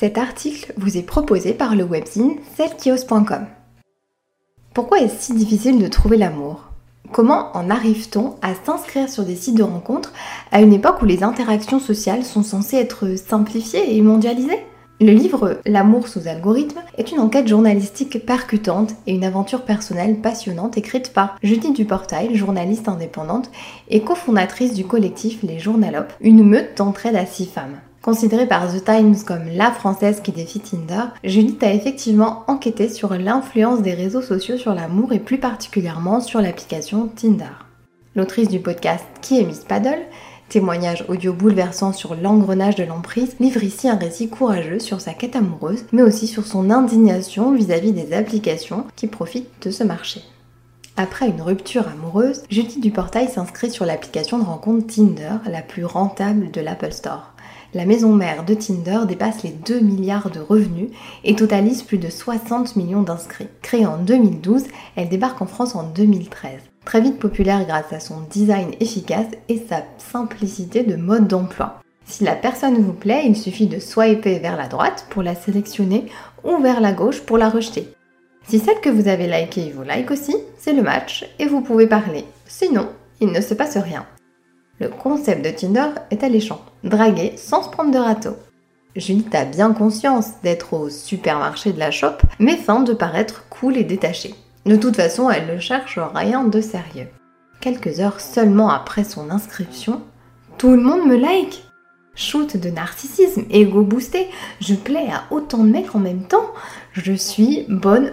Cet article vous est proposé par le webzine cellequiose.com. Pourquoi est-ce si difficile de trouver l'amour ? Comment en arrive-t-on à s'inscrire sur des sites de rencontres à une époque où les interactions sociales sont censées être simplifiées et mondialisées ? Le livre « L'amour sous algorithme » est une enquête journalistique percutante et une aventure personnelle passionnante écrite par Judith Duportail, journaliste indépendante et cofondatrice du collectif Les Journalopes, une meute d'entraide à 6 femmes. Considérée par The Times comme la française qui défie Tinder, Judith a effectivement enquêté sur l'influence des réseaux sociaux sur l'amour et plus particulièrement sur l'application Tinder. L'autrice du podcast Qui est Miss Paddle, témoignage audio bouleversant sur l'engrenage de l'emprise, livre ici un récit courageux sur sa quête amoureuse, mais aussi sur son indignation vis-à-vis des applications qui profitent de ce marché. Après une rupture amoureuse, Judith Duportail s'inscrit sur l'application de rencontre Tinder, la plus rentable de l'Apple Store. La maison mère de Tinder dépasse les 2 milliards de revenus et totalise plus de 60 millions d'inscrits. Créée en 2012, elle débarque en France en 2013. Très vite populaire grâce à son design efficace et sa simplicité de mode d'emploi. Si la personne vous plaît, il suffit de swiper vers la droite pour la sélectionner ou vers la gauche pour la rejeter. Si celle que vous avez likée vous like aussi, c'est le match et vous pouvez parler. Sinon, il ne se passe rien. Le concept de Tinder est alléchant. Draguer sans se prendre de râteau. Judith a bien conscience d'être au supermarché de la shop, mais feint de paraître cool et détachée. De toute façon, elle ne cherche rien de sérieux. Quelques heures seulement après son inscription, tout le monde me like. Shoot de narcissisme, ego boosté, je plais à autant de mecs en même temps. Je suis bonne.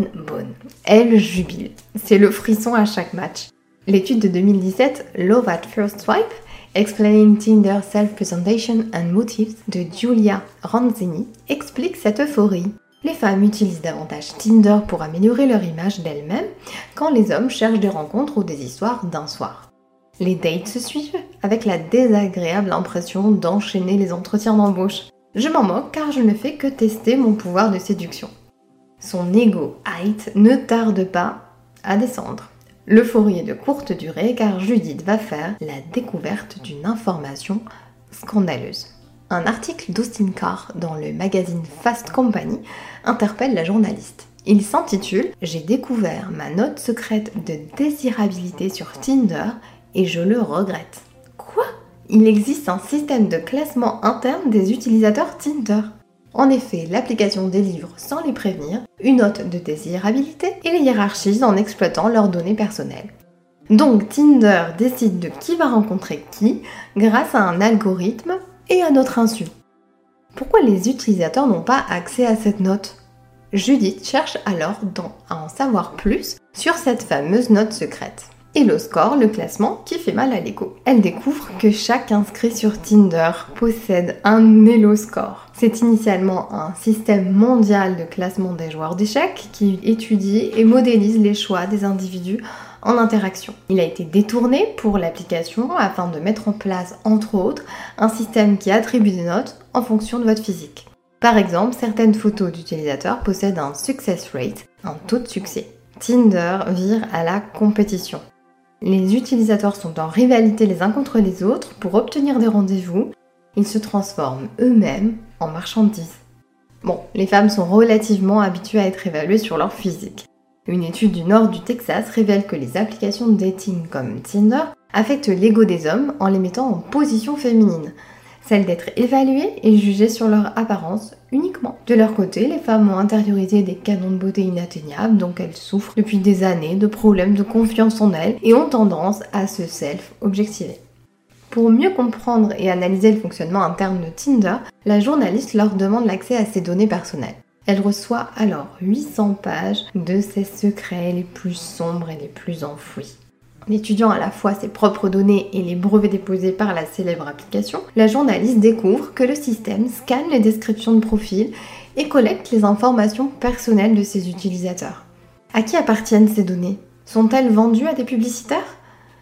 Elle jubile. C'est le frisson à chaque match. L'étude de 2017, Love at First Swipe, Explaining Tinder Self-Presentation and Motives de Giulia Ranzini, explique cette euphorie. Les femmes utilisent davantage Tinder pour améliorer leur image d'elles-mêmes quand les hommes cherchent des rencontres ou des histoires d'un soir. Les dates se suivent avec la désagréable impression d'enchaîner les entretiens d'embauche. Je m'en moque car je ne fais que tester mon pouvoir de séduction. Son ego height ne tarde pas à descendre. L'euphorie est de courte durée car Judith va faire la découverte d'une information scandaleuse. Un article d'Austin Carr dans le magazine Fast Company interpelle la journaliste. Il s'intitule « J'ai découvert ma note secrète de désirabilité sur Tinder et je le regrette ». Quoi ? Il existe un système de classement interne des utilisateurs Tinder. En effet, l'application délivre sans les prévenir une note de désirabilité et les hiérarchise en exploitant leurs données personnelles. Donc Tinder décide de qui va rencontrer qui grâce à un algorithme et à notre insu. Pourquoi les utilisateurs n'ont pas accès à cette note ? Judith cherche alors à en savoir plus sur cette fameuse note secrète. Hello Score, le classement qui fait mal à l'ego. Elle découvre que chaque inscrit sur Tinder possède un Hello Score. C'est initialement un système mondial de classement des joueurs d'échecs qui étudie et modélise les choix des individus en interaction. Il a été détourné pour l'application afin de mettre en place, entre autres, un système qui attribue des notes en fonction de votre physique. Par exemple, certaines photos d'utilisateurs possèdent un success rate, un taux de succès. Tinder vire à la compétition. Les utilisateurs sont en rivalité les uns contre les autres pour obtenir des rendez-vous. Ils se transforment eux-mêmes en marchandises. Bon, les femmes sont relativement habituées à être évaluées sur leur physique. Une étude du nord du Texas révèle que les applications de dating comme Tinder affectent l'ego des hommes en les mettant en position féminine. Celle d'être évaluées et jugées sur leur apparence uniquement. De leur côté, les femmes ont intériorisé des canons de beauté inatteignables, donc elles souffrent depuis des années de problèmes de confiance en elles et ont tendance à se self-objectiver. Pour mieux comprendre et analyser le fonctionnement interne de Tinder, la journaliste leur demande l'accès à ses données personnelles. Elle reçoit alors 800 pages de ses secrets les plus sombres et les plus enfouis. En étudiant à la fois ses propres données et les brevets déposés par la célèbre application, la journaliste découvre que le système scanne les descriptions de profil et collecte les informations personnelles de ses utilisateurs. À qui appartiennent ces données ? Sont-elles vendues à des publicitaires ?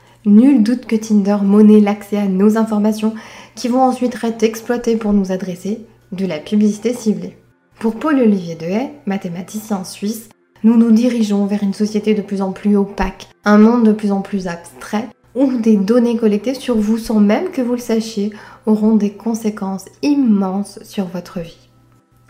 Nul doute que Tinder monnaie l'accès à nos informations qui vont ensuite être exploitées pour nous adresser de la publicité ciblée. Pour Paul-Olivier Dehaye, mathématicien suisse, nous nous dirigeons vers une société de plus en plus opaque, un monde de plus en plus abstrait, où des données collectées sur vous sans même que vous le sachiez auront des conséquences immenses sur votre vie.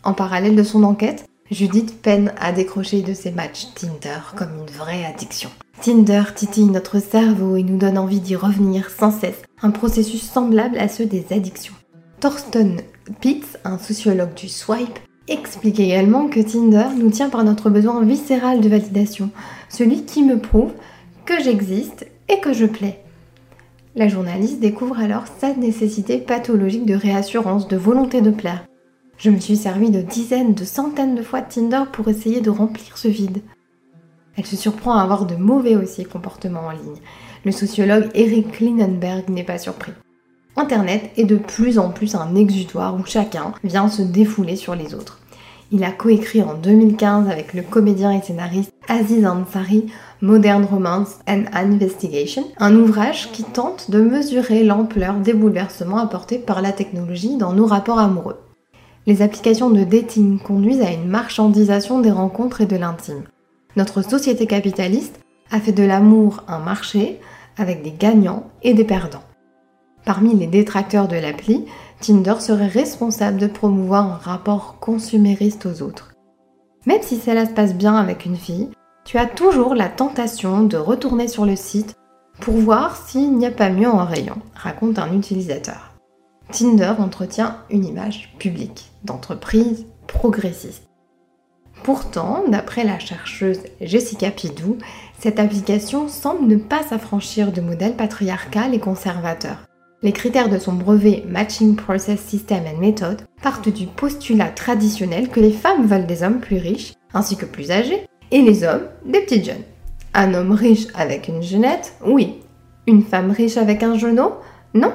En parallèle de son enquête, Judith peine à décrocher de ses matchs Tinder comme une vraie addiction. Tinder titille notre cerveau et nous donne envie d'y revenir sans cesse, un processus semblable à ceux des addictions. Thorsten Pitts, un sociologue du swipe, explique également que Tinder nous tient par notre besoin viscéral de validation, celui qui me prouve que j'existe et que je plais. La journaliste découvre alors sa nécessité pathologique de réassurance, de volonté de plaire. Je me suis servi de dizaines, de centaines de fois de Tinder pour essayer de remplir ce vide. Elle se surprend à avoir de mauvais aussi comportements en ligne. Le sociologue Eric Klinenberg n'est pas surpris. Internet est de plus en plus un exutoire où chacun vient se défouler sur les autres. Il a coécrit en 2015 avec le comédien et scénariste Aziz Ansari Modern Romance and Investigation, un ouvrage qui tente de mesurer l'ampleur des bouleversements apportés par la technologie dans nos rapports amoureux. Les applications de dating conduisent à une marchandisation des rencontres et de l'intime. Notre société capitaliste a fait de l'amour un marché avec des gagnants et des perdants. Parmi les détracteurs de l'appli, Tinder serait responsable de promouvoir un rapport consumériste aux autres. Même si cela se passe bien avec une fille, tu as toujours la tentation de retourner sur le site pour voir s'il n'y a pas mieux en rayon, raconte un utilisateur. Tinder entretient une image publique, d'entreprise progressiste. Pourtant, d'après la chercheuse Jessica Pidou, cette application semble ne pas s'affranchir de modèles patriarcal et conservateurs. Les critères de son brevet Matching Process System and Method partent du postulat traditionnel que les femmes veulent des hommes plus riches, ainsi que plus âgés, et les hommes des petites jeunes. Un homme riche avec une jeunette, oui. Une femme riche avec un genou, non.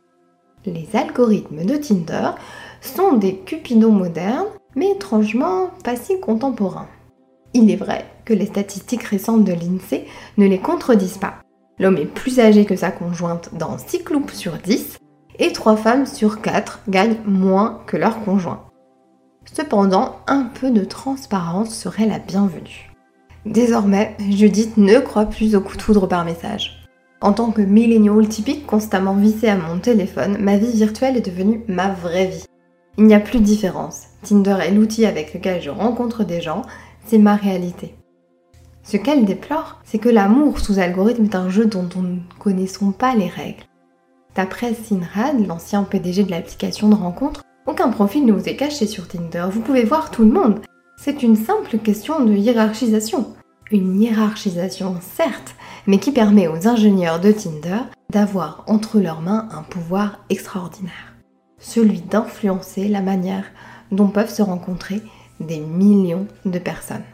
Les algorithmes de Tinder sont des cupidons modernes, mais étrangement pas si contemporains. Il est vrai que les statistiques récentes de l'INSEE ne les contredisent pas. L'homme est plus âgé que sa conjointe dans 6 couples sur 10 et 3 femmes sur 4 gagnent moins que leur conjoint. Cependant, un peu de transparence serait la bienvenue. Désormais, Judith ne croit plus au coup de foudre par message. En tant que millénial typique constamment vissé à mon téléphone, ma vie virtuelle est devenue ma vraie vie. Il n'y a plus de différence. Tinder est l'outil avec lequel je rencontre des gens, c'est ma réalité. Ce qu'elle déplore, c'est que l'amour sous algorithme est un jeu dont nous ne connaissons pas les règles. D'après Sinrad, l'ancien PDG de l'application de rencontre, aucun profil ne vous est caché sur Tinder, vous pouvez voir tout le monde. C'est une simple question de hiérarchisation. Une hiérarchisation, certes, mais qui permet aux ingénieurs de Tinder d'avoir entre leurs mains un pouvoir extraordinaire. Celui d'influencer la manière dont peuvent se rencontrer des millions de personnes.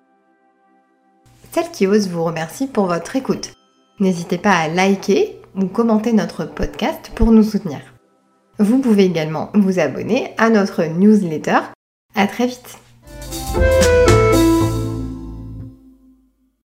Celle qui ose vous remercie pour votre écoute. N'hésitez pas à liker ou commenter notre podcast pour nous soutenir. Vous pouvez également vous abonner à notre newsletter. À très vite!